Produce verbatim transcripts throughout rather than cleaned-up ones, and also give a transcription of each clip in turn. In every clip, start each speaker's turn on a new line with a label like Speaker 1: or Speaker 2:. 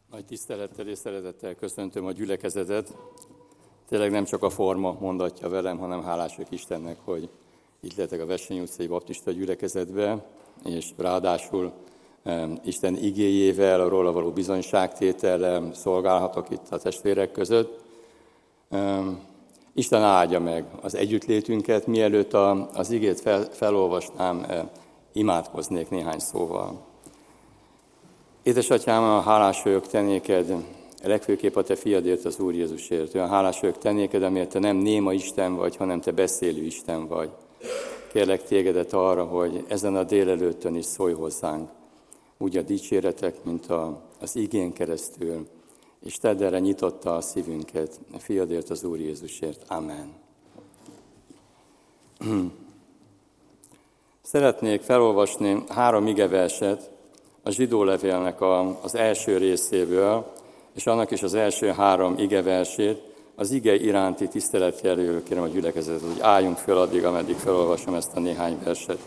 Speaker 1: Nagy tisztelettel és szeretettel köszöntöm a gyülekezetet. Tényleg nem csak a forma mondatja velem, hanem hálás vagyok Istennek, hogy itt lehetek a Wesseny utcai baptista gyülekezetbe, és ráadásul Isten igéjével, a róla való bizonyságtétellel szolgálhatok itt a testvérek között. Isten áldja meg az együttlétünket, mielőtt az igét fel, felolvasnám, imádkoznék néhány szóval. Édesatyám, hálás vagyok te néked, legfőképp a te fiadért, az Úr Jézusért. Olyan hálás vagyok te néked, amiért te nem néma Isten vagy, hanem te beszélő Isten vagy. Kérlek tégedet arra, hogy ezen a délelőttön is szólj hozzánk, úgy a dicséretek, mint a, az igén keresztül, és tedd erre nyitotta a szívünket, a fiadért, az Úr Jézusért. Amen. Szeretnék felolvasni három igeverset a zsidó levélnek a, az első részéből, és annak is az első három igeversét, az ige iránti tiszteletjelről kérem a gyülekezetet, hogy álljunk föl addig, ameddig felolvasom ezt a néhány verset.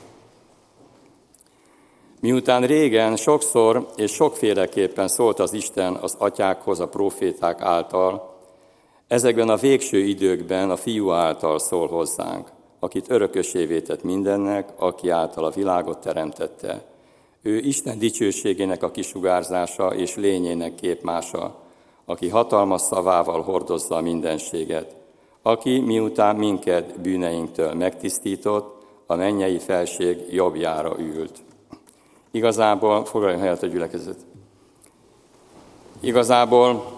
Speaker 1: Miután régen sokszor és sokféleképpen szólt az Isten az atyákhoz a próféták által, ezekben a végső időkben a Fiú által szól hozzánk, akit örökösévé tett mindennek, aki által a világot teremtette. Ő Isten dicsőségének a kisugárzása és lényének képmása, aki hatalmas szavával hordozza a mindenséget, aki miután minket bűneinktől megtisztított, a mennyei felség jobbjára ült. Igazából, foglaljon helyet a gyülekezet. Igazából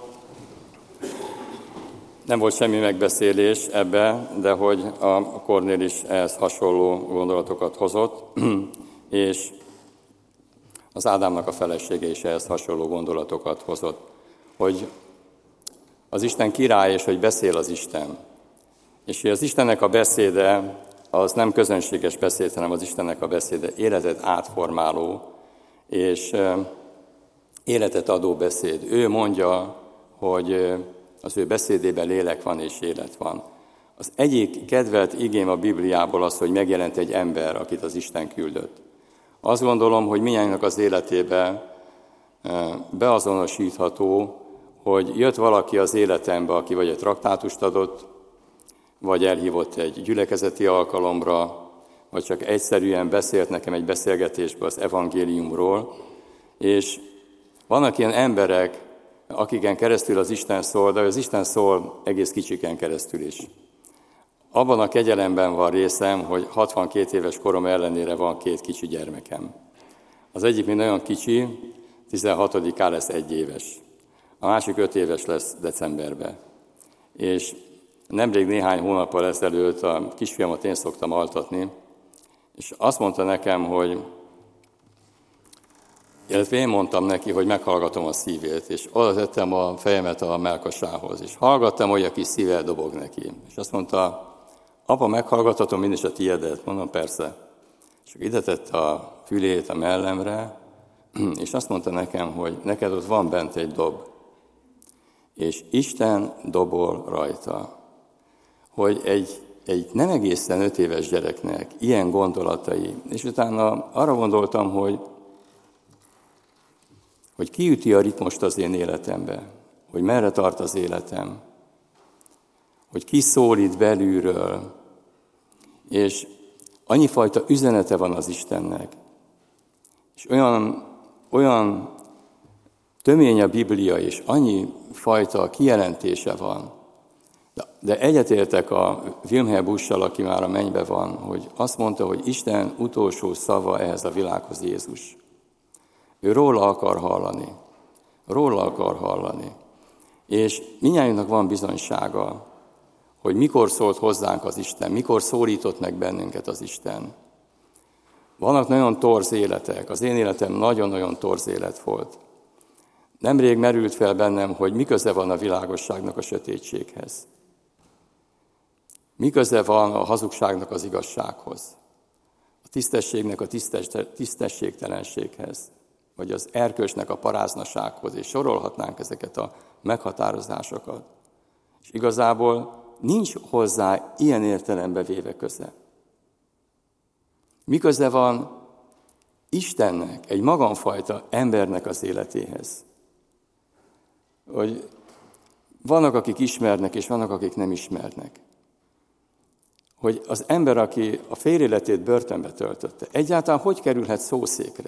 Speaker 1: nem volt semmi megbeszélés ebbe, de hogy a Kornél is ehhez hasonló gondolatokat hozott, és az Ádámnak a felesége is ehhez hasonló gondolatokat hozott, hogy az Isten király, és hogy beszél az Isten. És hogy az Istennek a beszéde, az nem közönséges beszéd, hanem az Istennek a beszéde életet átformáló, és életet adó beszéd. Ő mondja, hogy az ő beszédében lélek van és élet van. Az egyik kedvelt igém a Bibliából az, hogy megjelent egy ember, akit az Isten küldött. Azt gondolom, hogy mindannyiunknak az életébe beazonosítható, hogy jött valaki az életembe, aki vagy egy traktátust adott, vagy elhívott egy gyülekezeti alkalomra, vagy csak egyszerűen beszélt nekem egy beszélgetésbe az evangéliumról, és vannak ilyen emberek, akiken keresztül az Isten szól, de az Isten szól egész kicsiken keresztül is. Abban a kegyelemben van részem, hogy hatvankét éves korom ellenére van két kicsi gyermekem. Az egyik még nagyon kicsi, tizenhatodikán lesz egy éves. A másik öt éves lesz decemberben. És nemrég néhány hónappal ezelőtt a kisfiamat én szoktam altatni, és azt mondta nekem, hogy illetve én mondtam neki, hogy meghallgatom a szívét, és oda tettem a fejemet a mellkasához, és hallgattam, hogy a kis szíve dobog neki. És azt mondta, apa, meghallgathatom mindig a tiédet? Mondom, persze. És ide tette a fülét a mellemre, és azt mondta nekem, hogy neked ott van bent egy dob, és Isten dobol rajta. Hogy egy, egy nem egészen öt éves gyereknek ilyen gondolatai, és utána arra gondoltam, hogy, hogy kiüti a ritmust az én életembe, hogy merre tart az életem, hogy ki szólít belülről, és annyifajta üzenete van az Istennek, és olyan, olyan tömény a Biblia, és annyi fajta kijelentése van. De, de egyetértek a Wilhelm Busch-sal, aki már a mennybe van, hogy azt mondta, hogy Isten utolsó szava ehhez a világhoz Jézus. Ő róla akar hallani. Róla akar hallani. És mindnyájunknak van bizonysága, hogy mikor szólt hozzánk az Isten, mikor szólított meg bennünket az Isten. Vannak nagyon torz életek, az én életem nagyon-nagyon torz élet volt. Nemrég merült fel bennem, hogy mi köze van a világosságnak a sötétséghez. Mi köze van a hazugságnak az igazsághoz. A tisztességnek a tisztes, tisztességtelenséghez. Vagy az erkölcsnek a paráznasághoz. És sorolhatnánk ezeket a meghatározásokat. És igazából nincs hozzá ilyen értelembe véve köze. Mi köze van Istennek, egy magamfajta embernek az életéhez? hogy vannak, akik ismernek, és vannak, akik nem ismernek. Hogy az ember, aki a fél életét börtönbe töltötte, egyáltalán hogy kerülhet szószékre?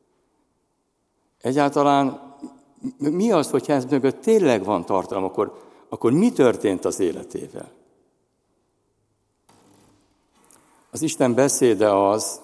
Speaker 1: Egyáltalán mi az, hogyha ez mögött tényleg van tartalom, akkor, akkor mi történt az életével? Az Isten beszéde az,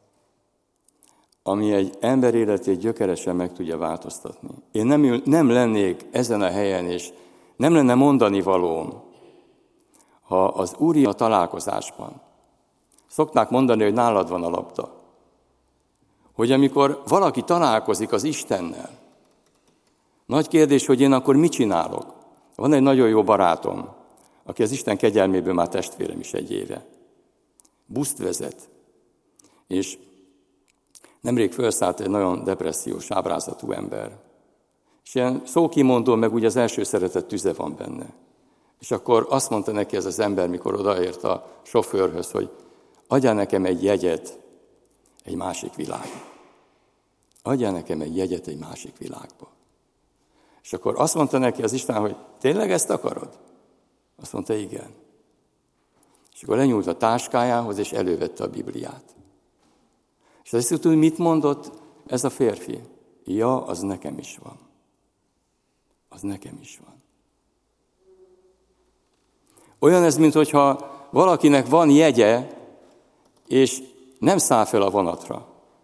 Speaker 1: ami egy ember életét gyökeresen meg tudja változtatni. Én nem, nem lennék ezen a helyen, és nem lenne mondani valóm, ha az Úri a találkozásban. Szokták mondani, hogy nálad van a labda. Hogy amikor valaki találkozik az Istennel, nagy kérdés, hogy én akkor mit csinálok? Van egy nagyon jó barátom, aki az Isten kegyelméből már testvérem is egy éve. Buszt vezet, és nemrég felszállt egy nagyon depressziós, ábrázatú ember. És ilyen szókimondó, meg ugye az első szeretet tüze van benne. És akkor azt mondta neki ez az ember, mikor odaért a sofőrhöz, hogy adjál nekem egy jegyet egy másik világba. Adjál nekem egy jegyet egy másik világba. És akkor azt mondta neki az Isten, hogy tényleg ezt akarod? Azt mondta, igen. És akkor lenyúlt a táskájához, és elővette a Bibliát. És azt tudod, mit mondott ez a férfi? Ja, az nekem is van. Az nekem is van. Olyan ez, mintha valakinek van jegye, és nem száll fel a vonatra.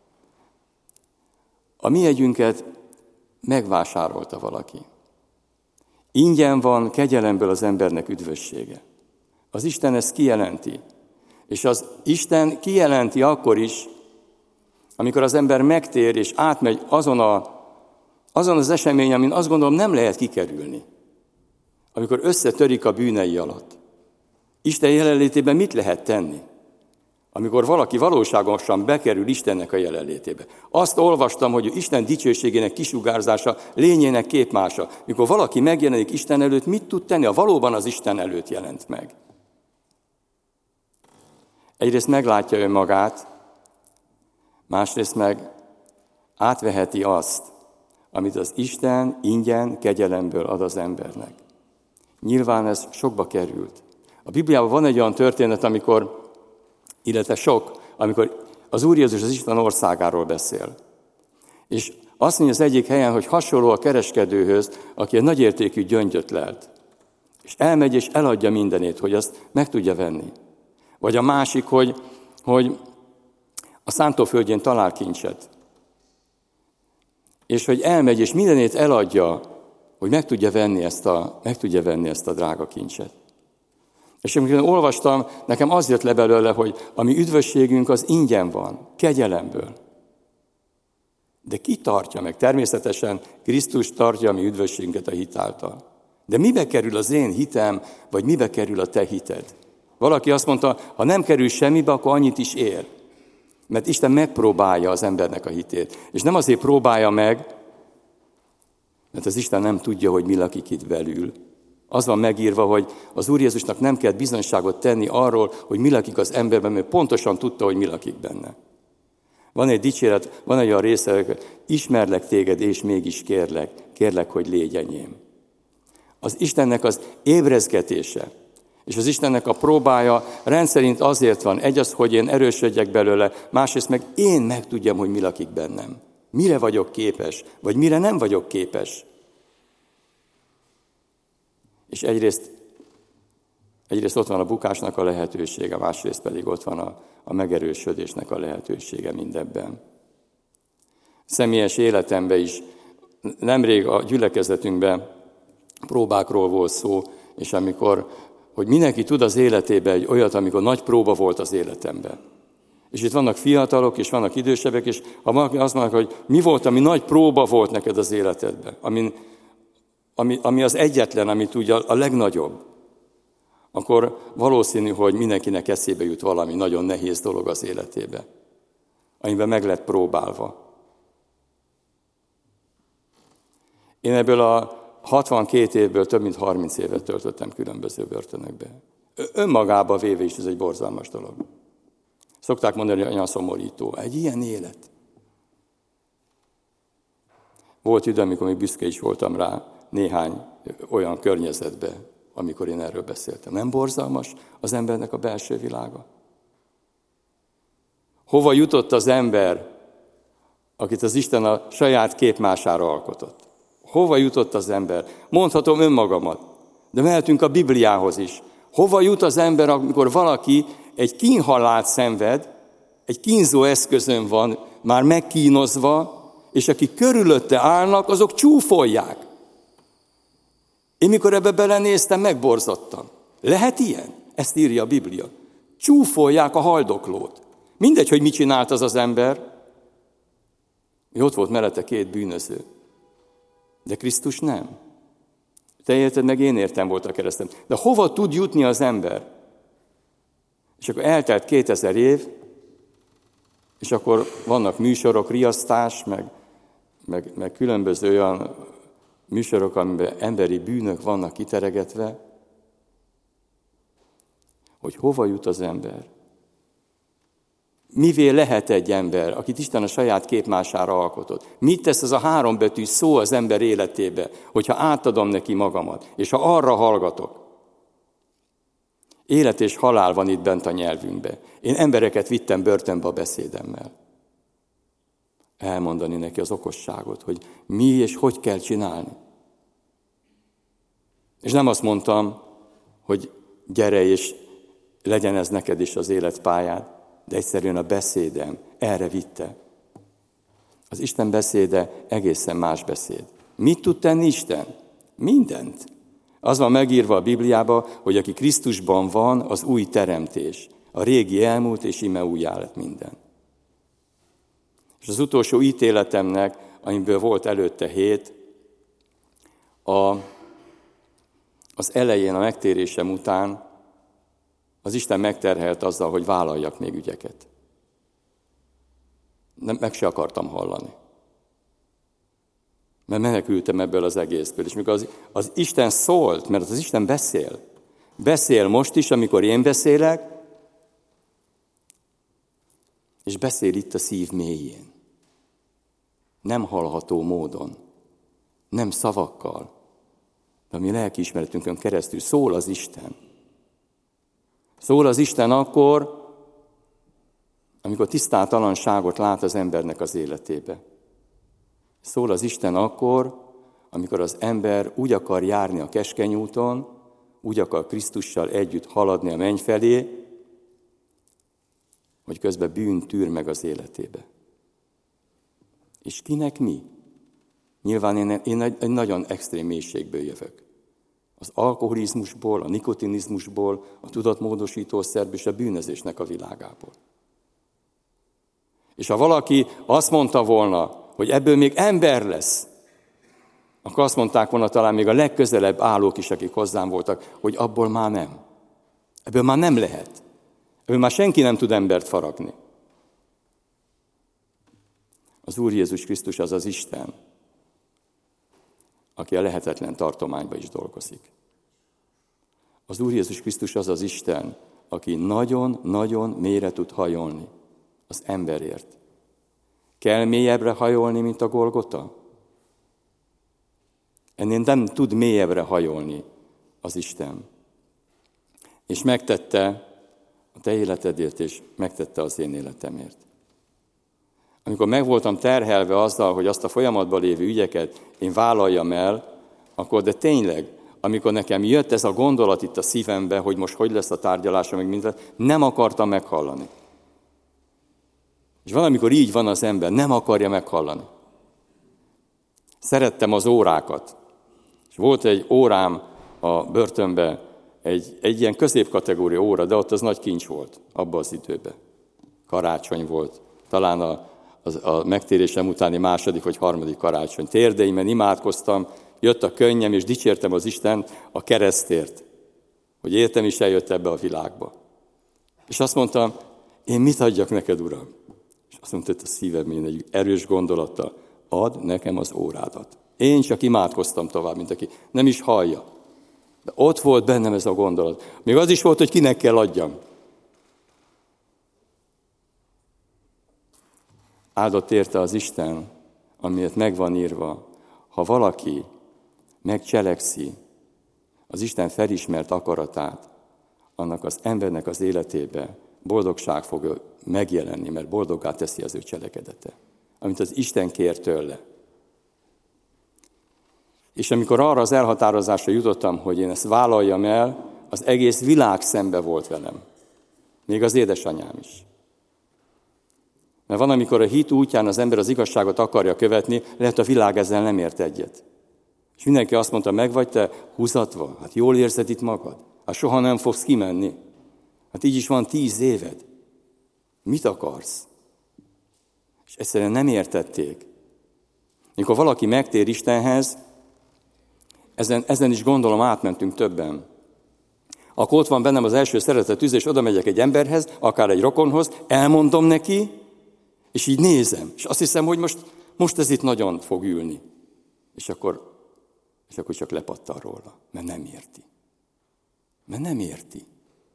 Speaker 1: A mi jegyünket megvásárolta valaki. Ingyen van kegyelemből az embernek üdvössége. Az Isten ezt kijelenti. És az Isten kijelenti akkor is, amikor az ember megtér és átmegy azon, a, azon az esemény, amin azt gondolom nem lehet kikerülni. Amikor összetörik a bűnei alatt. Isten jelenlétében mit lehet tenni? Amikor valaki valóságosan bekerül Istennek a jelenlétébe. Azt olvastam, hogy Isten dicsőségének kisugárzása lényének képmása. Mikor valaki megjelenik Isten előtt, mit tud tenni? A valóban az Isten előtt jelent meg. Egyrészt meglátja önmagát, másrészt meg átveheti azt, amit az Isten ingyen, kegyelemből ad az embernek. Nyilván ez sokba került. A Bibliában van egy olyan történet, amikor, illetve sok, amikor az Úr Jézus az Isten országáról beszél. És azt mondja az egyik helyen, hogy hasonló a kereskedőhöz, aki egy nagyértékű gyöngyöt lelt. És elmegy és eladja mindenét, hogy azt meg tudja venni. Vagy a másik, hogy, hogy a szántóföldjén talál kincset. És hogy elmegy és mindenét eladja, hogy meg tudja venni ezt a, meg tudja venni ezt a drága kincset. És amikor olvastam, nekem az jött le belőle, hogy a mi üdvösségünk az ingyen van, kegyelemből. De ki tartja meg? Természetesen Krisztus tartja a mi üdvösségünket a hit által. De mibe kerül az én hitem, vagy mibe kerül a te hited? Valaki azt mondta, ha nem kerül semmibe, akkor annyit is ér. Mert Isten megpróbálja az embernek a hitét. És nem azért próbálja meg, mert az Isten nem tudja, hogy mi lakik itt belül. Az van megírva, hogy az Úr Jézusnak nem kell bizonyságot tenni arról, hogy mi lakik az emberben, mert pontosan tudta, hogy mi lakik benne. Van egy dicséret, van egy olyan része, hogy ismerlek téged, és mégis kérlek, kérlek, hogy légy enyém. Az Istennek az ébrezgetése, és az Istennek a próbája rendszerint azért van. Egy az, hogy én erősödjek belőle, másrészt meg én megtudjam, hogy mi lakik bennem. Mire vagyok képes, vagy mire nem vagyok képes. És egyrészt, egyrészt ott van a bukásnak a lehetősége, másrészt pedig ott van a, a megerősödésnek a lehetősége mindebben. Személyes életemben is, nemrég a gyülekezetünkben próbákról volt szó, és amikor, hogy mindenki tud az életében egy olyat, amikor nagy próba volt az életemben. És itt vannak fiatalok, és vannak idősebbek, és ha valaki azt mondja, hogy mi volt, ami nagy próba volt neked az életedben, ami, ami, ami az egyetlen, ami tudja a legnagyobb, akkor valószínű, hogy mindenkinek eszébe jut valami nagyon nehéz dolog az életébe, amiben meg lett próbálva. Én ebből a hatvankét évből több mint harminc évet töltöttem különböző börtönökbe. Önmagába véve is ez egy borzalmas dolog. Szokták mondani, hogy olyan szomorító. Egy ilyen élet. Volt idő, amikor még büszke is voltam rá. néhány olyan környezetbe, amikor én erről beszéltem. Nem borzalmas az embernek a belső világa? Hova jutott az ember, akit az Isten a saját képmására alkotott? Hova jutott az ember? Mondhatom önmagamat, de mehetünk a Bibliához is. Hova jut az ember, amikor valaki egy kínhalált szenved, egy kínzó eszközön van, már megkínozva, és akik körülötte állnak, azok csúfolják. Én mikor ebbe belenéztem, megborzadtam. Lehet ilyen? Ezt írja a Biblia. Csúfolják a haldoklót. Mindegy, hogy mit csinált az az ember. Ott volt mellette két bűnöző. De Krisztus nem. Te érted meg, én értem volt a keresztem. De hova tud jutni az ember? És akkor eltelt kétezer év, és akkor vannak műsorok, riasztás, meg, meg, meg különböző olyan műsorok, amiben emberi bűnök vannak kiteregetve, hogy hova jut az ember. Mivé lehet egy ember, akit Isten a saját képmására alkotott? Mit tesz az a három betű szó az ember életébe, hogyha átadom neki magamat, és ha arra hallgatok? Élet és halál van itt bent a nyelvünkbe. Én embereket vittem börtönbe a beszédemmel. Elmondani neki az okosságot, hogy mi és hogy kell csinálni. És nem azt mondtam, hogy gyere és legyen ez neked is az életpályád, de egyszerűen a beszédem erre vitte. Az Isten beszéde egészen más beszéd. Mit tud tenni Isten? Mindent. Az van megírva a Bibliában, hogy aki Krisztusban van, az új teremtés. A régi elmúlt, és íme újjá lett minden. És az utolsó ítéletemnek, amiből volt előtte hét, a, az elején, a megtérésem után az Isten megterhelt azzal, hogy vállaljak még ügyeket. Nem, meg se akartam hallani. Mert menekültem ebből az egészből. És mikor az, az Isten szólt, mert az Isten beszél. Beszél most is, amikor én beszélek, és beszél itt a szív mélyén. Nem hallható módon, nem szavakkal, de a mi lelkiismeretünkön keresztül szól az Isten. Szól az Isten akkor, amikor tisztátalanságot lát az embernek az életébe. Szól az Isten akkor, amikor az ember úgy akar járni a keskeny úton, úgy akar Krisztussal együtt haladni a menny felé, hogy közben bűn tűr meg az életébe. És kinek mi? Nyilván én, én egy, egy nagyon extrém mélységből jövök. Az alkoholizmusból, a nikotinizmusból, a tudatmódosítószerből és a bűnözésnek a világából. És ha valaki azt mondta volna, hogy ebből még ember lesz, akkor azt mondták volna talán még a legközelebb állók is, akik hozzám voltak, hogy abból már nem. Ebből már nem lehet. Ebből már senki nem tud embert faragni. Az Úr Jézus Krisztus az az Isten, aki a lehetetlen tartományba is dolgozik. Az Úr Jézus Krisztus az az Isten, aki nagyon-nagyon mélyre tud hajolni az emberért. Kell mélyebbre hajolni, mint a Golgota? Ennél nem tud mélyebbre hajolni az Isten. És megtette a te életedért, és megtette az én életemért. Amikor meg voltam terhelve azzal, hogy azt a folyamatban lévő ügyeket én vállaljam el, akkor de tényleg, amikor nekem jött ez a gondolat itt a szívembe, hogy most hogy lesz a tárgyalása, meg minden, nem akartam meghallani. És valamikor így van az ember, nem akarja meghallani. Szerettem az órákat. És volt egy órám a börtönben, egy, egy ilyen középkategória óra, de ott az nagy kincs volt abban az időben. Karácsony volt. Talán a, a, a megtérésem utáni második vagy harmadik karácsony. Térdeimen imádkoztam, jött a könnyem, és dicsértem az Istent a keresztért, hogy értem is eljött ebbe a világba. És azt mondtam, én mit adjak neked, Uram? És azt mondta, hogy a szívemén egy erős gondolattal, add nekem az órádat. Én csak imádkoztam tovább, mint aki nem is hallja. De ott volt bennem ez a gondolat. Még az is volt, hogy kinek kell adjam. Áldott érte az Isten, amiért megvan írva, ha valaki megcselekszi az Isten felismert akaratát, annak az embernek az életébe boldogság fog megjelenni, mert boldoggá teszi az ő cselekedete, amit az Isten kér tőle. És amikor arra az elhatározásra jutottam, hogy én ezt vállaljam el, az egész világ szembe volt velem. Még az édesanyám is. Mert van, amikor a hit útján az ember az igazságot akarja követni, lehet a világ ezzel nem ért egyet. És mindenki azt mondta, meg vagy te húzatva? Hát jól érzed itt magad? Hát soha nem fogsz kimenni. Hát így is van tíz éved. Mit akarsz? És egyszerűen nem értették. Mikor valaki megtér Istenhez, ezen, ezen is gondolom átmentünk többen. Akkor ott van bennem az első szeretetűz, és oda megyek egy emberhez, akár egy rokonhoz, elmondom neki, és így nézem. És azt hiszem, hogy most, most ez itt nagyon fog ülni. És akkor, és akkor csak lepattan róla, mert nem érti. Mert nem érti.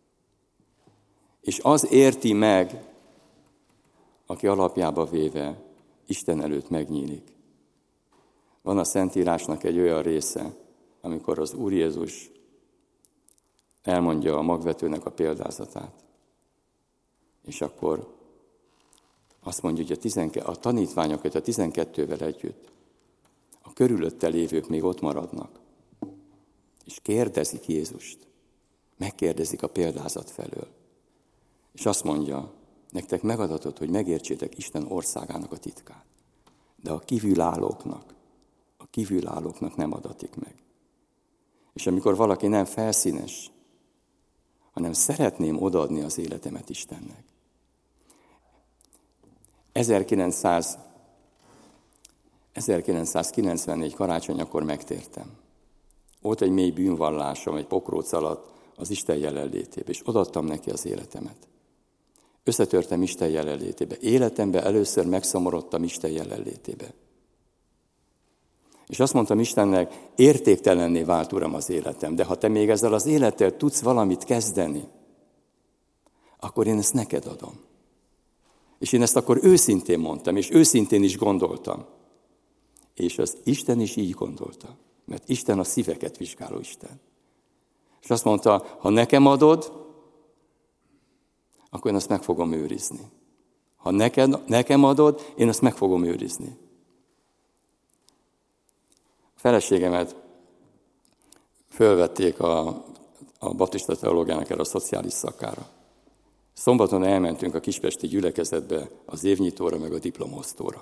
Speaker 1: És az érti meg, aki alapjába véve Isten előtt megnyílik. Van a Szentírásnak egy olyan része, amikor az Úr Jézus elmondja a magvetőnek a példázatát. És akkor azt mondja, hogy a, tizenke, a tanítványokat a tizenkettővel együtt a körülötte lévők még ott maradnak. És kérdezik Jézust. Megkérdezik a példázat felől. És azt mondja, nektek megadatott, hogy megértsétek Isten országának a titkát. De a kívülállóknak, a kívülállóknak nem adatik meg. És amikor valaki nem felszínes, hanem szeretném odaadni az életemet Istennek. ezerkilencszázkilencvennégy karácsonykor megtértem. Volt egy mély bűnvallásom, egy pokróc alatt az Isten jelenlétébe, és odaadtam neki az életemet. Összetörtem Isten jelenlétébe. Életemben először megszomorodtam Isten jelenlétébe. És azt mondtam Istennek, értéktelenné vált, Uram, az életem, de ha te még ezzel az élettel tudsz valamit kezdeni, akkor én ezt neked adom. És én ezt akkor őszintén mondtam, és őszintén is gondoltam. És az Isten is így gondolta, mert Isten a szíveket vizsgáló Isten. És azt mondta, ha nekem adod, akkor én azt meg fogom őrizni. Ha neked, nekem adod, én azt meg fogom őrizni. A feleségemet fölvették a, a baptista teológiának erre a szociális szakára. Szombaton elmentünk a kispesti gyülekezetbe az évnyitóra, meg a diplomosztóra.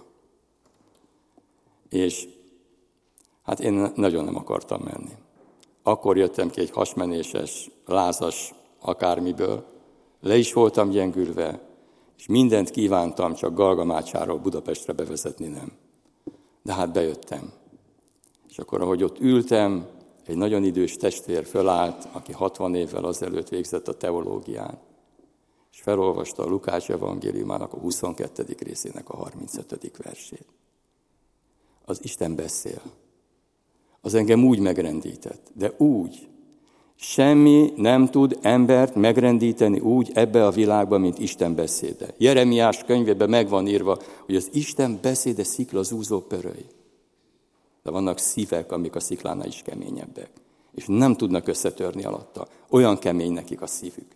Speaker 1: És hát én nagyon nem akartam menni. Akkor jöttem ki egy hasmenéses, lázas akármiből, le is voltam gyengülve, és mindent kívántam, csak Galgamácsáról Budapestre bevezetni nem. De hát bejöttem. És akkor, ahogy ott ültem, egy nagyon idős testvér fölállt, aki hatvan évvel azelőtt végzett a teológián, és felolvasta a Lukács evangéliumának a huszonkettedik részének a harmincötödik versét. Az Isten beszél. Az engem úgy megrendített, de úgy. Semmi nem tud embert megrendíteni úgy ebbe a világban, mint Isten beszéde. Jeremiás könyvében meg van írva, hogy az Isten beszéde szikla zúzó pöröly. De vannak szívek, amik a sziklánál is keményebbek. És nem tudnak összetörni alatta. Olyan kemény nekik a szívük.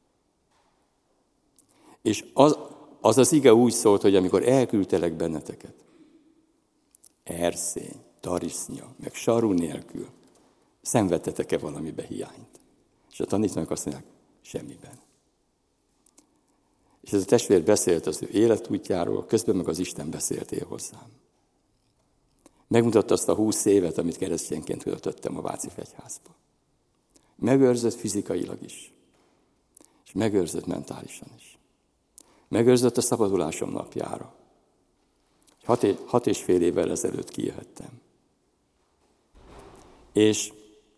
Speaker 1: És az az, az ige úgy szólt, hogy amikor elküldtelek benneteket, erszény, tarisznya, meg saru nélkül, szenvedtetek-e valamibe hiányt? És a tanítványok azt mondják, semmiben. És ez a testvér beszélt az ő életútjáról, közben meg az Isten beszélt él hozzám. Megmutatta azt a húsz évet, amit keresztényként töltöttem a Váci Fegyházba. Megőrzött fizikailag is, és megőrzött mentálisan is. Megőrzött a szabadulásom napjára. Hat, é- hat és fél évvel ezelőtt kijöhettem. És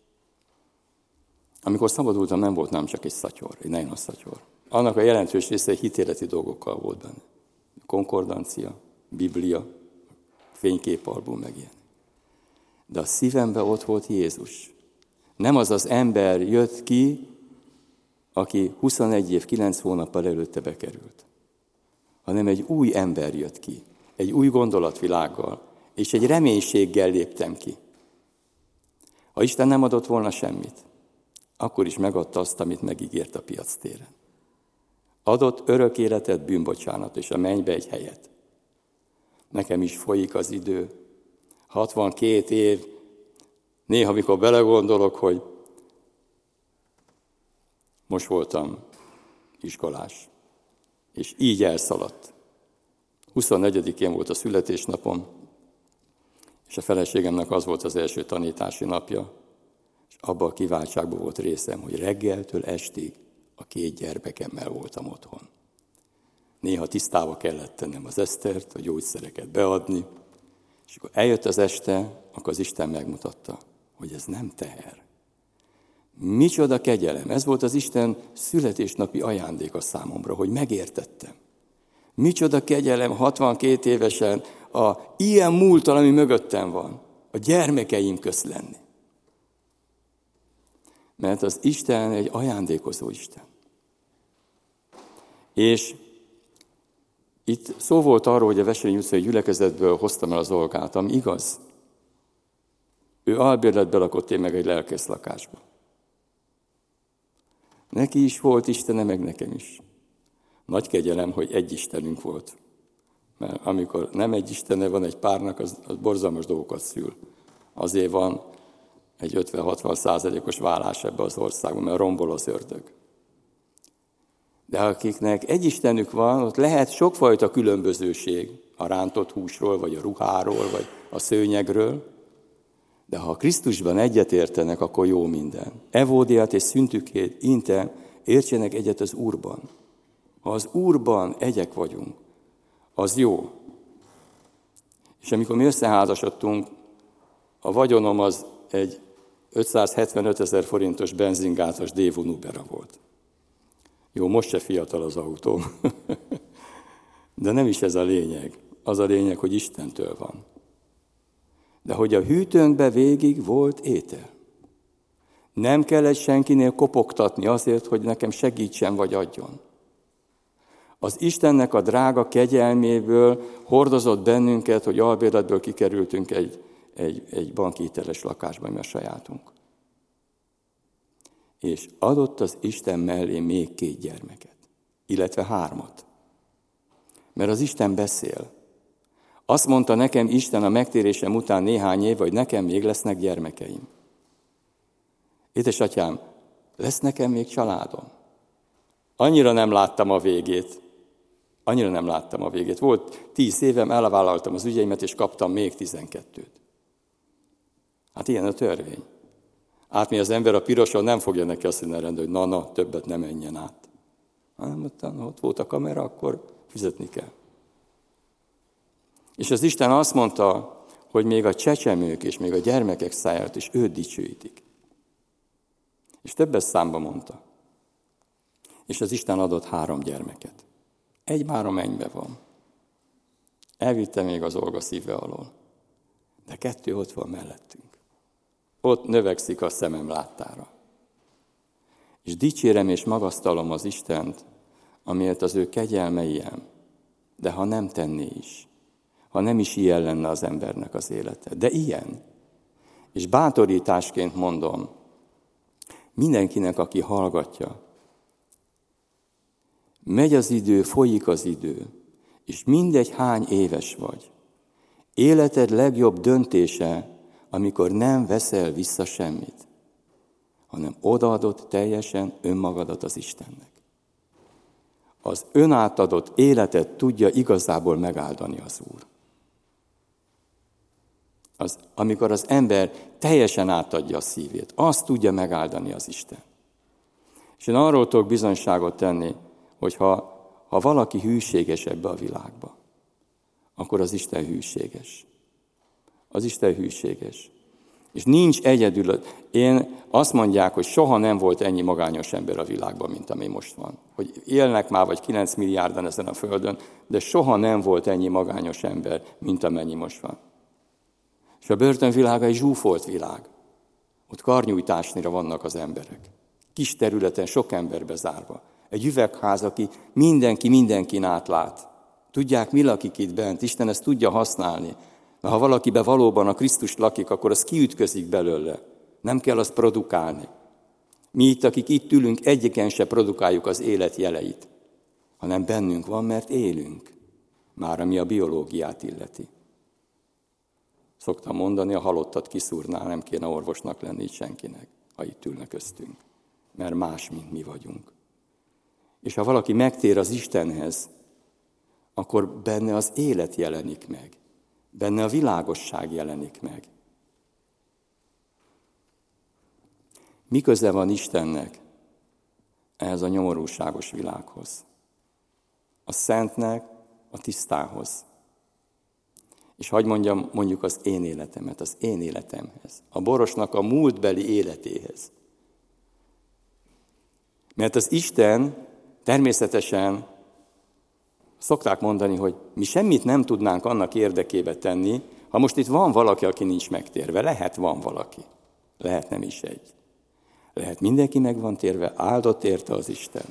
Speaker 1: amikor szabadultam, nem volt nem csak egy szatyor, egy nagyon szatyor. Annak a jelentős része egy hitéleti dolgokkal volt benne. Konkordancia, Biblia, fényképalbum, meg ilyen. De a szívemben ott volt Jézus. Nem az az ember jött ki, aki huszonegy év, kilenc hónappal előtte bekerült, hanem egy új ember jött ki, egy új gondolatvilággal, és egy reménységgel léptem ki. Ha Isten nem adott volna semmit, akkor is megadta azt, amit megígért a piac téren. Adott örök életet, bűnbocsánat, és a mennybe egy helyet. Nekem is folyik az idő. hatvankét év, néha, amikor belegondolok, hogy most voltam iskolás, és így elszaladt. huszonnegyedikén volt a születésnapom, és a feleségemnek az volt az első tanítási napja, és abban a kiváltságban volt részem, hogy reggeltől estig a két gyermekemmel voltam otthon. Néha tisztába kellett tennem az Esztert, a gyógyszereket beadni, és akkor eljött az este, akkor az Isten megmutatta, hogy ez nem teher. Micsoda kegyelem! Ez volt az Isten születésnapi ajándéka számomra, hogy megértettem. Micsoda kegyelem hatvankét évesen a ilyen múlttal, ami mögöttem van, a gyermekeim közt lenni. Mert az Isten egy ajándékozó Isten. És itt szó volt arról, hogy a Veselényi utcai gyülekezetből hoztam el az Olgát, ami igaz. Ő albérletbe lakott, én meg egy lelkész lakásba. Neki is volt Istene, meg nekem is. Nagy kegyelem, hogy egy Istenünk volt. Mert amikor nem egy Istene van egy párnak, az, az borzalmas dolgokat szül. Azért van egy ötven-hatvan százalékos válás ebbe az országban, mert rombol az ördög. De akiknek egy Istenük van, ott lehet sokfajta különbözőség a rántott húsról, vagy a ruháról, vagy a szőnyegről. De ha Krisztusban egyetértenek, akkor jó minden. Evódiát és szüntükét inte értsenek egyet az Úrban. Ha az Úrban egyek vagyunk, az jó. És amikor mi összeházasodtunk, a vagyonom az egy ötszázhetvenöt ezer forintos benzingátos Daewoo Nubera volt. Jó, most se fiatal az autóm. De nem is ez a lényeg. Az a lényeg, hogy Istentől van. De hogy a hűtőnkbe végig volt étel. Nem kellett senkinél kopogtatni azért, hogy nekem segítsen vagy adjon. Az Istennek a drága kegyelméből hordozott bennünket, hogy albérletből kikerültünk egy, egy, egy banki hiteles lakásba, ami a sajátunk. És adott az Isten mellé még két gyermeket, illetve hármat. Mert az Isten beszél. Azt mondta nekem Isten a megtérésem után néhány év, hogy nekem még lesznek gyermekeim. Édesatyám, lesz nekem még családom? Annyira nem láttam a végét. Annyira nem láttam a végét. Volt tíz évem, elvállaltam az ügyeimet, és kaptam még tizenkettőt. Hát ilyen a törvény. Átmegy az ember a piroson, nem fogja neki azt mondani, hogy na-na, többet nem menjen át. Hanem ott volt a kamera, akkor fizetni kell. És az Isten azt mondta, hogy még a csecsemők és még a gyermekek szájárt is őt dicsőítik. És többes számba mondta. És az Isten adott három gyermeket. Egy már a mennybe van. Elvitte még az Olga szíve alól. De kettő ott van mellettünk. Ott növekszik a szemem láttára. És dicsérem és magasztalom az Istent, amiért az ő kegyelme ilyen. De ha nem tenné is, ha nem is ilyen lenne az embernek az élete. De ilyen. És bátorításként mondom, mindenkinek, aki hallgatja, megy az idő, folyik az idő, és mindegy hány éves vagy. Életed legjobb döntése, amikor nem veszel vissza semmit, hanem odaadod teljesen önmagadat az Istennek. Az önátadott életet tudja igazából megáldani az Úr. Az, amikor az ember teljesen átadja a szívét, azt tudja megáldani az Isten. És én arról tudok bizonyságot tenni, hogy ha, ha valaki hűséges ebbe a világba, akkor az Isten hűséges. Az Isten hűséges. És nincs egyedül. Én azt mondják, hogy soha nem volt ennyi magányos ember a világban, mint ami most van. Hogy élnek már vagy kilenc milliárdan ezen a földön, de soha nem volt ennyi magányos ember, mint amennyi most van. És a börtönvilága egy zsúfolt világ. Ott karnyújtásnyira vannak az emberek. Kis területen, sok emberbe zárva. Egy üvegház, aki mindenki mindenkin átlát. Tudják, mi lakik itt bent. Isten ezt tudja használni. Mert ha valakiben valóban a Krisztus lakik, akkor az kiütközik belőle. Nem kell azt produkálni. Mi itt, akik itt ülünk, egyiken se produkáljuk az élet jeleit, hanem bennünk van, mert élünk, már ami a biológiát illeti. Szoktam mondani, a halottat kiszúrnál nem kéne orvosnak lenni senkinek, ha itt ülnek köztünk, mert más, mint mi vagyunk. És ha valaki megtér az Istenhez, akkor benne az élet jelenik meg, benne a világosság jelenik meg. Mi köze van Istennek ehhez a nyomorúságos világhoz? A szentnek, a tisztához. És hadd mondjam mondjuk az én életemet, az én életemhez. A Borosnak a múltbeli életéhez. Mert az Isten természetesen szokták mondani, hogy mi semmit nem tudnánk annak érdekébe tenni, ha most itt van valaki, aki nincs megtérve. Lehet van valaki. Lehet nem is egy. Lehet mindenki meg van térve, áldott érte az Isten.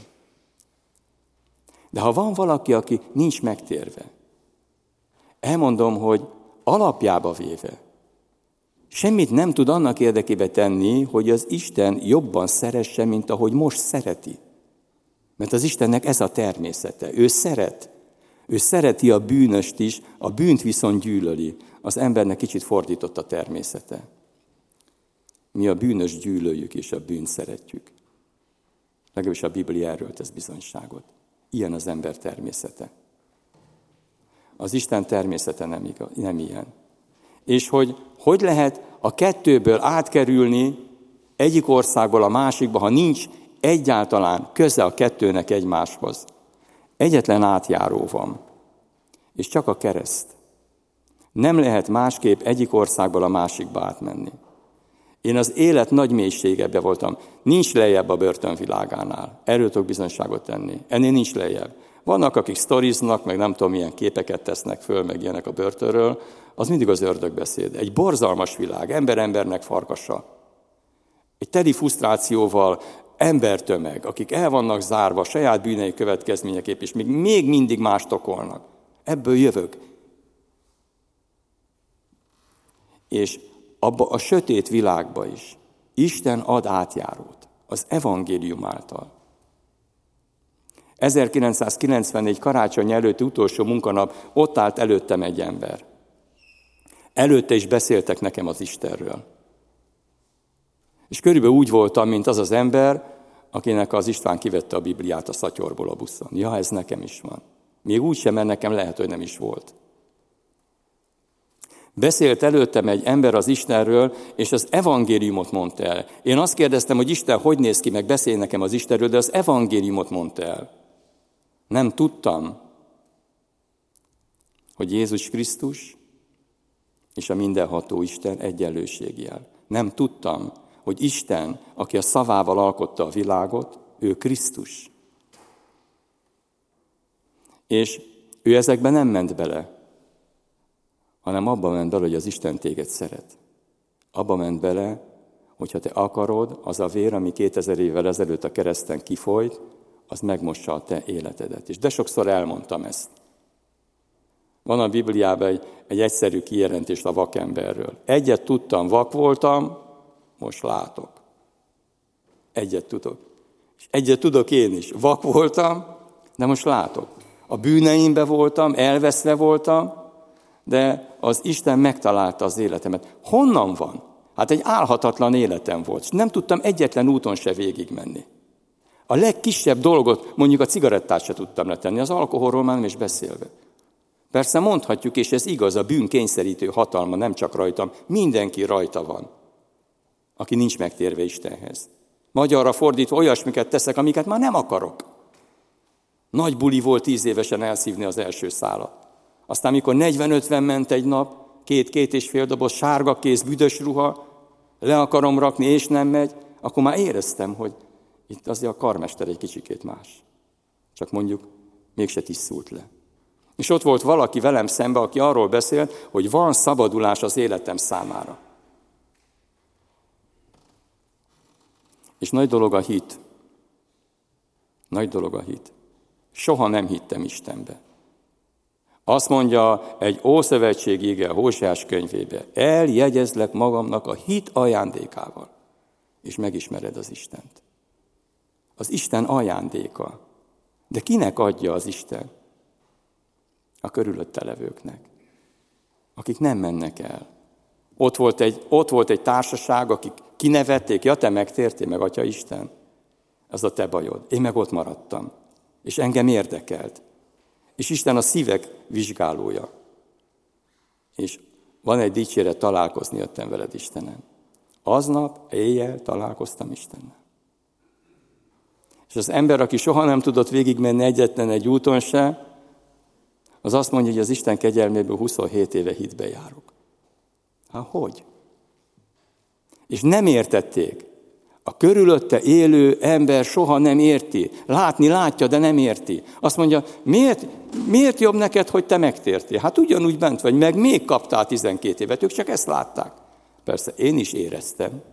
Speaker 1: De ha van valaki, aki nincs megtérve, elmondom, hogy alapjába véve semmit nem tud annak érdekébe tenni, hogy az Isten jobban szeresse, mint ahogy most szereti. Mert az Istennek ez a természete. Ő szeret. Ő szereti a bűnöst is, a bűnt viszont gyűlöli. Az embernek kicsit fordított a természete. Mi a bűnös gyűlöljük, és a bűnt szeretjük. Legalábbis a Biblia erről tesz bizonyságot. Ilyen az ember természete. Az Isten természete nem, igaz, nem ilyen. És hogy hogy lehet a kettőből átkerülni egyik országból a másikba, ha nincs egyáltalán köze a kettőnek egymáshoz. Egyetlen átjáró van, és csak a kereszt. Nem lehet másképp egyik országból a másikba átmenni. Én az élet nagy mélységebe voltam. Nincs lejjebb a börtönvilágánál. Erről tudok bizonyságot tenni. Ennél nincs lejjebb. Vannak, akik sztoriznak, meg nem tudom, milyen képeket tesznek föl, meg ilyenek a börtönről. Az mindig az ördögbeszéd. Egy borzalmas világ, ember-embernek farkasa. Egy teli frusztrációval embertömeg, akik el vannak zárva saját bűnei következményeképp, és még, még mindig mást okolnak. Ebből jövök. És abba a sötét világba is Isten ad átjárót az evangélium által. ezerkilencszázkilencvennégy karácsony előtti utolsó munkanap ott állt előttem egy ember. Előtte is beszéltek nekem az Istenről. És körülbelül úgy voltam, mint az az ember, akinek az István kivette a Bibliát a szatyorból a buszon. Ja, ez nekem is van. Még úgy sem, mert nekem lehet, hogy nem is volt. Beszélt előttem egy ember az Istenről, és az evangéliumot mondta el. Én azt kérdeztem, hogy Isten hogy néz ki, meg beszélj nekem az Istenről, de az evangéliumot mondta el. Nem tudtam, hogy Jézus Krisztus és a mindenható Isten egyenlőségjel. Nem tudtam, hogy Isten, aki a szavával alkotta a világot, ő Krisztus. És ő ezekben nem ment bele, hanem abba ment bele, hogy az Isten téged szeret. Abba ment bele, hogyha te akarod, az a vér, ami kétezer évvel ezelőtt a kereszten kifolyt, az megmossa a te életedet. És de sokszor elmondtam ezt. Van a Bibliában egy, egy egyszerű kijelentés a vakemberről. Egyet tudtam, vak voltam, most látok. Egyet tudok. És egyet tudok én is. Vak voltam, de most látok. A bűneimbe voltam, elveszve voltam, de az Isten megtalálta az életemet. Honnan van? Hát egy álhatatlan életem volt. Nem tudtam egyetlen úton se végigmenni. A legkisebb dolgot, mondjuk a cigarettát se tudtam letenni, az alkoholról már nem is beszélve. Persze mondhatjuk, és ez igaz, a bűn kényszerítő hatalma nem csak rajtam, mindenki rajta van, aki nincs megtérve Istenhez. Magyarra fordítva olyasmiket teszek, amiket már nem akarok. Nagy buli volt tíz évesen elszívni az első szálat. Aztán, mikor negyven-ötven ment egy nap, két-két és fél doboz, sárga kéz, büdös ruha, le akarom rakni, és nem megy, akkor már éreztem, hogy itt azért a karmester egy kicsikét más. Csak mondjuk, mégse tisztult le. És ott volt valaki velem szembe, aki arról beszélt, hogy van szabadulás az életem számára. És nagy dolog a hit. Nagy dolog a hit. Soha nem hittem Istenbe. Azt mondja egy ószövetségi ige a Hóseás könyvébe, eljegyezlek magamnak a hit ajándékával. és megismered az Istent. Az Isten ajándéka. De kinek adja az Isten? A körülötte levőknek, akik nem mennek el. Ott volt egy, ott volt egy társaság, akik kinevették, ja, te megtértél meg, Atya Isten. Ez a te bajod. Én meg ott maradtam. És engem érdekelt. És Isten a szívek vizsgálója. És van egy dicséret, találkozni jöttem veled, Istenem. Aznap éjjel találkoztam Istennel. És az ember, aki soha nem tudott végigmenni egyetlen egy úton se, az azt mondja, hogy az Isten kegyelméből huszonhét éve hitbe járok. Hát hogy? És nem értették. A körülötte élő ember soha nem érti. Látni látja, de nem érti. Azt mondja, miért, miért jobb neked, hogy te megtértél? Hát ugyanúgy bent vagy, meg még kaptál tizenkét évet, ők csak ezt látták. Persze, én is éreztem.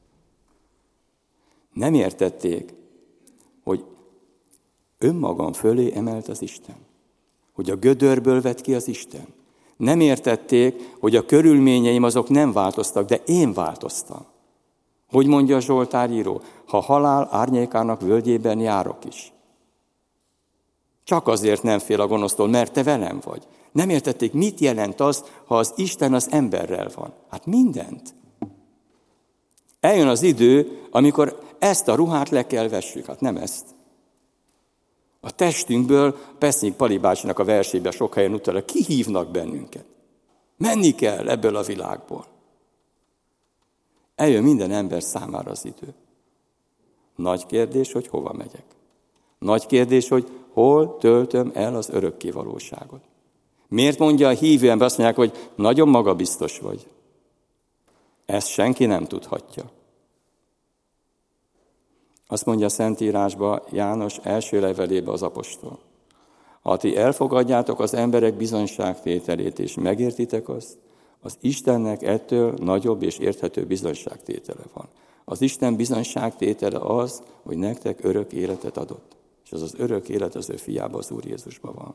Speaker 1: Nem értették, hogy önmagam fölé emelt az Isten. Hogy a gödörből vett ki az Isten. Nem értették, hogy a körülményeim azok nem változtak, de én változtam. Hogy mondja a Zsoltáríró? Ha halál árnyékának völgyében járok is. Csak azért nem fél a gonosztól, mert te velem vagy. Nem értették, mit jelent az, ha az Isten az emberrel van. Hát mindent. Eljön az idő, amikor ezt a ruhát le kell vessük. Hát nem ezt. A testünkből, Pesznyik Pali bácsinak a versében sok helyen utal, kihívnak bennünket. Menni kell ebből a világból. Eljön minden ember számára az idő. Nagy kérdés, hogy hova megyek. Nagy kérdés, hogy hol töltöm el az örökké valóságot. Miért mondja a hívő ember, azt mondják, hogy nagyon magabiztos vagy. Ezt senki nem tudhatja. Azt mondja a Szentírásban, János első levelébe az apostol. Ha ti elfogadjátok az emberek bizonyságtételét, és megértitek azt, az Istennek ettől nagyobb és érthető bizonyságtétele van. Az Isten bizonyságtétele az, hogy nektek örök életet adott. És az az örök élet az ő fiában, az Úr Jézusban van.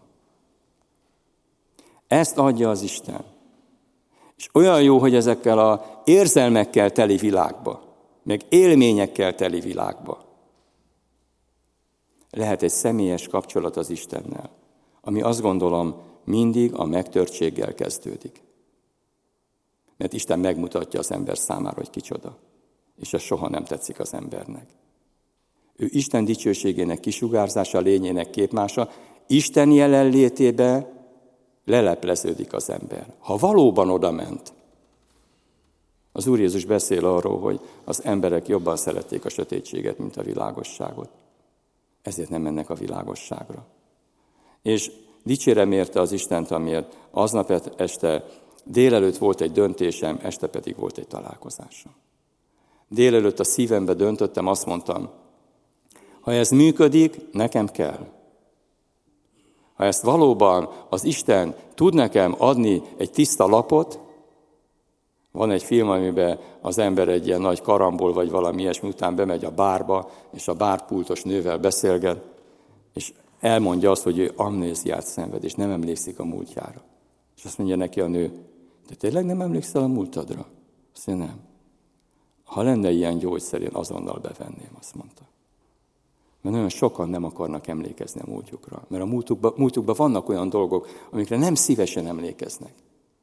Speaker 1: Ezt adja az Isten. És olyan jó, hogy ezekkel az érzelmekkel teli világba, meg élményekkel teli világba lehet egy személyes kapcsolat az Istennel, ami azt gondolom mindig a megtörtséggel kezdődik. Mert Isten megmutatja az ember számára, hogy kicsoda. És ez soha nem tetszik az embernek. Ő Isten dicsőségének kisugárzása, lényének képmása, Isten jelenlétébe lelepleződik az ember. Ha valóban oda ment, az Úr Jézus beszél arról, hogy az emberek jobban szerették a sötétséget, mint a világosságot. Ezért nem mennek a világosságra. És dicsérem érte az Istent, amiért aznap este délelőtt volt egy döntésem, este pedig volt egy találkozásom. Délelőtt a szívembe döntöttem, azt mondtam, ha ez működik, nekem kell. Ha ezt valóban az Isten tud nekem adni egy tiszta lapot, van egy film, amiben az ember egy ilyen nagy karambol, vagy valami ilyesmi után bemegy a bárba, és a bárpultos nővel beszélget, és elmondja azt, hogy ő amnéziát szenved, és nem emlékszik a múltjára. És azt mondja neki a nő, de tényleg nem emlékszel a múltadra? Azt mondja, nem. Ha lenne ilyen gyógyszer, én azonnal bevenném, azt mondta. Mert nagyon sokan nem akarnak emlékezni a múltjukra. Mert a múltukban, múltukban vannak olyan dolgok, amikre nem szívesen emlékeznek.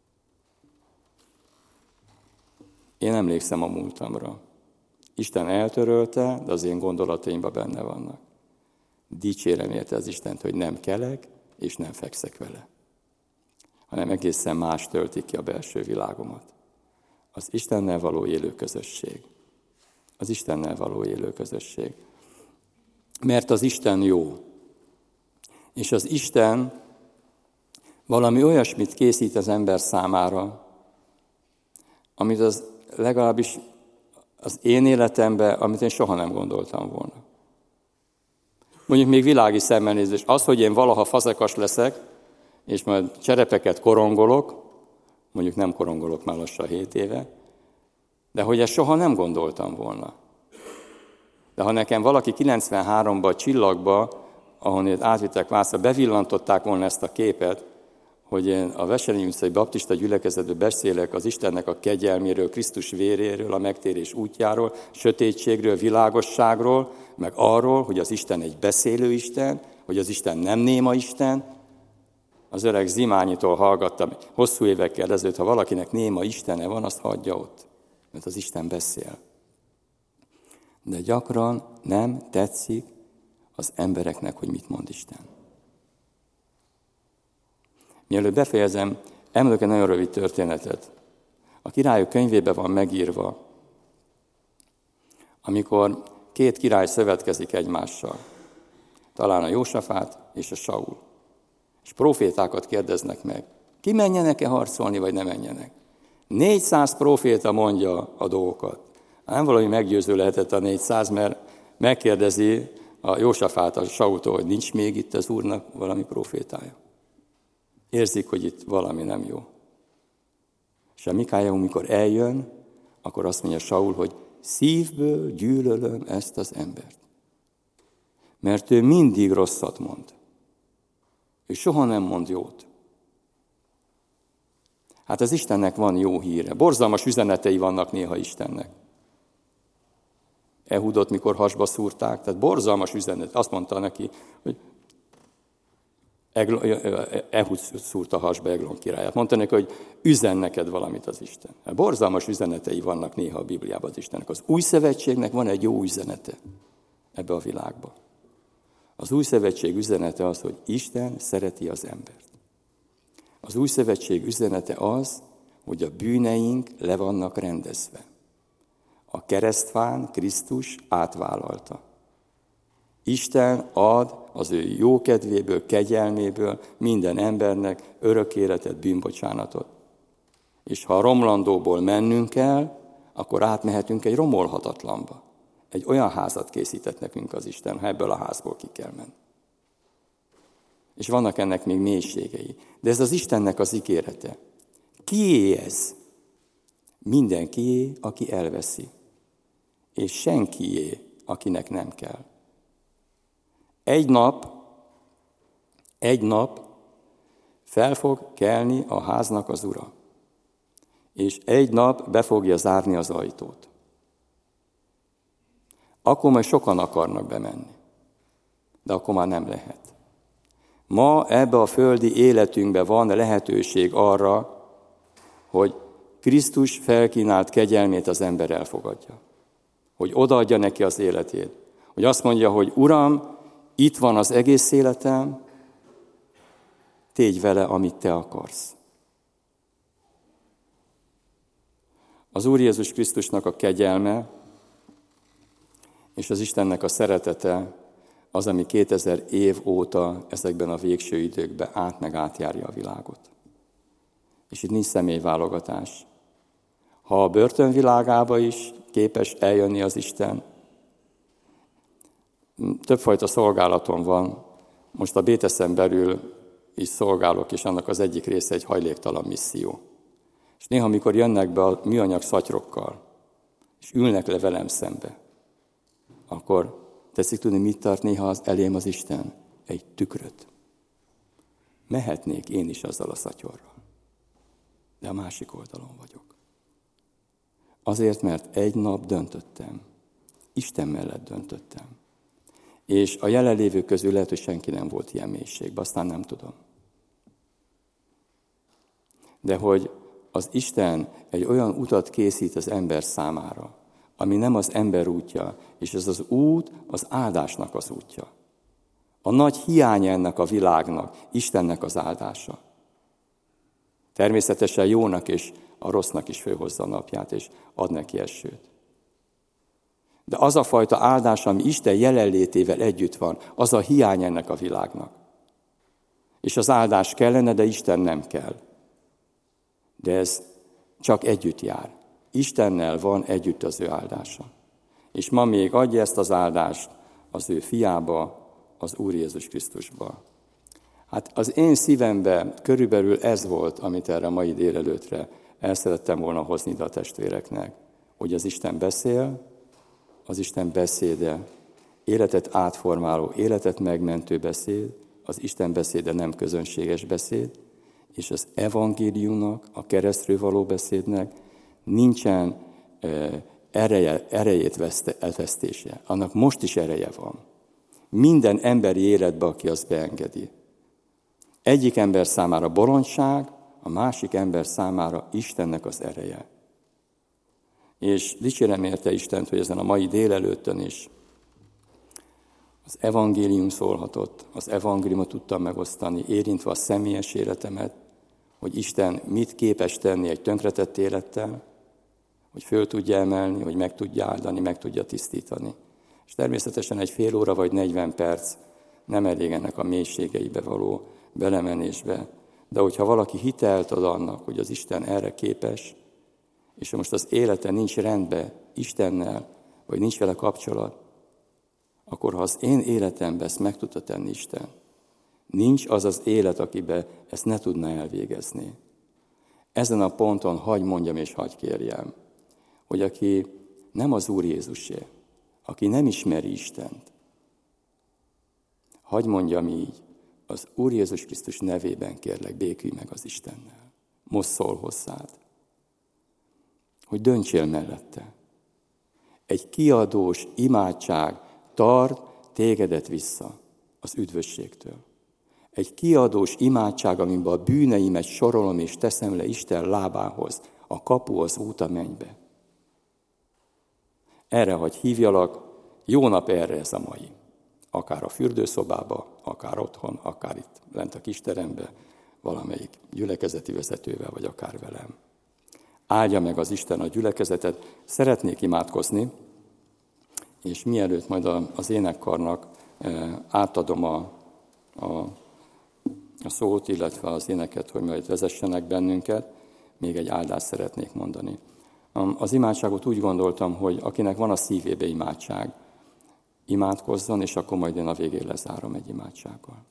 Speaker 1: Én emlékszem a múltamra. Isten eltörölte, de az én gondolataimban benne vannak. Dicsérem érte az Istent, hogy nem kelek, és nem fekszek vele. Hanem egészen más tölti ki a belső világomat. Az Istennel való élő közösség. Az Istennel való élő közösség. Mert az Isten jó. És az Isten valami olyasmit készít az ember számára, amit az legalábbis az én életemben, amit én soha nem gondoltam volna. Mondjuk még világi szemmel nézés. Az, hogy én valaha fazekas leszek, és majd cserepeket korongolok, mondjuk nem korongolok már lassan hét éve, de hogy ezt soha nem gondoltam volna. De ha nekem valaki kilencvenháromban a csillagba, ahonnét átvittek Vászra, bevillantották volna ezt a képet, hogy én a Veselényi utcai baptista gyülekezetben beszélek az Istennek a kegyelméről, Krisztus véréről, a megtérés útjáról, sötétségről, világosságról, meg arról, hogy az Isten egy beszélő Isten, hogy az Isten nem néma Isten. Az öreg Zimányitól hallgattam hosszú évekkel ezelőtt, ha valakinek néma Istene van, azt hagyja ott, mert az Isten beszél. De gyakran nem tetszik az embereknek, hogy mit mond Isten. Mielőtt befejezem, emlök egy nagyon rövid történetet. A Királyok könyvében van megírva, amikor két király szövetkezik egymással. Talán a Jósafát és a Saul. És profétákat kérdeznek meg. Ki menjenek-e harcolni, vagy ne menjenek? négyszáz proféta mondja a dolgokat. Nem valami meggyőző lehetett a négyszáz, mert megkérdezi a Jósafát a Saultól, hogy nincs még itt az Úrnak valami profétája. Érzik, hogy itt valami nem jó. És a Mikája, amikor eljön, akkor azt mondja Saul, hogy szívből gyűlölöm ezt az embert. Mert ő mindig rosszat mond. Ő soha nem mond jót. Hát az Istennek van jó híre. Borzalmas üzenetei vannak néha Istennek. Ehudot, mikor hasba szúrták, tehát borzalmas üzenet. Azt mondta neki, hogy Ehud szúrta hasba Eglon királyát. Mondta neki, hogy üzen neked valamit az Isten. Borzalmas üzenetei vannak néha a Bibliában az Istennek. Az új szövetségnek van egy jó üzenete ebbe a világba. Az új szövetség üzenete az, hogy Isten szereti az embert. Az új szövetség üzenete az, hogy a bűneink le vannak rendezve. A keresztfán Krisztus átvállalta. Isten ad az ő jókedvéből, kegyelméből minden embernek örök életet, bűnbocsánatot. És ha a romlandóból mennünk kell, akkor átmehetünk egy romolhatatlanba. Egy olyan házat készített nekünk az Isten, ha ebből a házból ki kell menni. És vannak ennek még mélységei. De ez az Istennek az ígérete. Kié ez? Mindenkié, aki elveszi. És senkié, akinek nem kell. Egy nap, egy nap fel fog kelni a háznak az ura. És egy nap be fogja zárni az ajtót. Akkor majd sokan akarnak bemenni. De akkor már nem lehet. Ma ebbe a földi életünkben van lehetőség arra, hogy Krisztus felkínált kegyelmét az ember elfogadja. Hogy odaadja neki az életét. Hogy azt mondja, hogy Uram, itt van az egész életem, tégy vele, amit te akarsz. Az Úr Jézus Krisztusnak a kegyelme és az Istennek a szeretete az, ami kétezer év óta ezekben a végső időkben át meg átjárja a világot. És itt nincs személyválogatás. Ha a börtönvilágába is képes eljönni az Isten, többfajta szolgálaton van. Most a Béteszen belül is szolgálok, és annak az egyik része egy hajléktalan misszió. És néha, amikor jönnek be a műanyag szatyrokkal, és ülnek le velem szembe, akkor tetszik tudni, mit tart néha az elém az Isten? Egy tükröt. Mehetnék én is azzal a szatyorral. De a másik oldalon vagyok. Azért, mert egy nap döntöttem. Isten mellett döntöttem. És a jelenlévők közül lehet, hogy senki nem volt ilyen mélységben, aztán nem tudom. De hogy az Isten egy olyan utat készít az ember számára, ami nem az ember útja, és ez az út az áldásnak az útja. A nagy hiánya ennek a világnak, Istennek az áldása. Természetesen jónak és a rossznak is fölhozza a napját, és ad neki esőt. De az a fajta áldás, ami Isten jelenlétével együtt van, az a hiány ennek a világnak. És az áldás kellene, de Isten nem kell. De ez csak együtt jár. Istennel van együtt az ő áldása. És ma még adja ezt az áldást az ő fiába, az Úr Jézus Krisztusba. Hát az én szívemben körülbelül ez volt, amit erre a mai délelőtre el szerettem volna hozni ide a testvéreknek, hogy az Isten beszél, az Isten beszéde, életet átformáló, életet megmentő beszéd, az Isten beszéde nem közönséges beszéd, és az evangéliumnak, a keresztről való beszédnek nincsen ereje, erejét veszte, elvesztése. Annak most is ereje van. Minden emberi életbe, aki azt beengedi. Egyik ember számára bolondság, a másik ember számára Istennek az ereje. És dicsérem érte Istent, hogy ezen a mai délelőttön is az evangélium szólhatott, az evangéliumot tudtam megosztani, érintve a személyes életemet, hogy Isten mit képes tenni egy tönkretett élettel, hogy föl tudja emelni, hogy meg tudja áldani, meg tudja tisztítani. És természetesen egy fél óra vagy negyven perc nem elég ennek a mélységeibe való belemenésbe. De hogyha valaki hitelt ad annak, hogy az Isten erre képes, és most az élete nincs rendben Istennel, vagy nincs vele kapcsolat, akkor ha az én életemben ezt meg tudta tenni Isten, nincs az az élet, akiben ezt ne tudna elvégezni. Ezen a ponton hagy mondjam és hagy kérjem, hogy aki nem az Úr Jézusé, aki nem ismeri Istent, hagy mondjam így, az Úr Jézus Krisztus nevében kérlek, békülj meg az Istennel. Most szól hozzád, hogy döntsél mellette. Egy kiadós imádság tart tégedet vissza az üdvösségtől. Egy kiadós imádság, amiben a bűneimet sorolom és teszem le Isten lábához, a kapu az út a mennybe. Erre hagy hívjalak, jó nap erre ez a mai. Akár a fürdőszobába, akár otthon, akár itt lent a kisterembe, valamelyik gyülekezeti vezetővel, vagy akár velem. Áldja meg az Isten a gyülekezetet. Szeretnék imádkozni, és mielőtt majd az énekkarnak átadom a, a, a szót, illetve az éneket, hogy majd vezessenek bennünket, még egy áldást szeretnék mondani. Az imádságot úgy gondoltam, hogy akinek van a szívébe imádság, imádkozzon, és akkor majd én a végén lezárom egy imádsággal.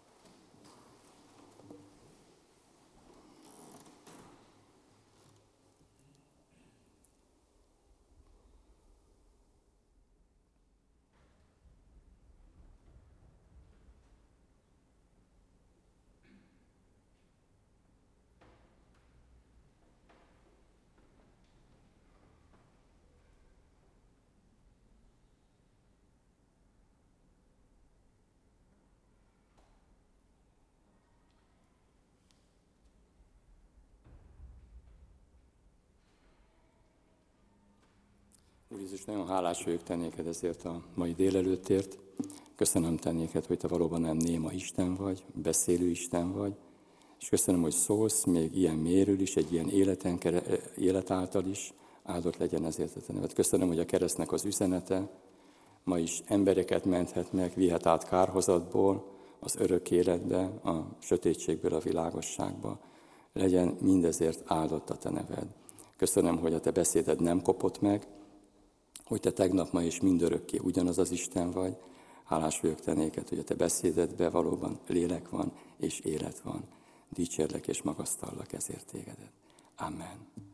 Speaker 1: Úr Jézus, nagyon hálás vagyok te néked ezért a mai délelőttért. Köszönöm te néked, hogy te valóban nem néma Isten vagy, beszélő Isten vagy, és köszönöm, hogy szólsz még ilyen mélyről is, egy ilyen életen, élet által is, áldott legyen ezért a te neved. Köszönöm, hogy a keresztnek az üzenete ma is embereket menthet meg, vihet át kárhozatból, az örök életbe, a sötétségből a világosságba. Legyen mindezért áldott a te neved. Köszönöm, hogy a te beszéded nem kopott meg, hogy te tegnap, ma és mindörökké ugyanaz az Isten vagy. Hálás vagyok te néked, hogy a te beszédedben valóban lélek van és élet van. Dicsérlek és magasztallak ezért tégedet. Amen.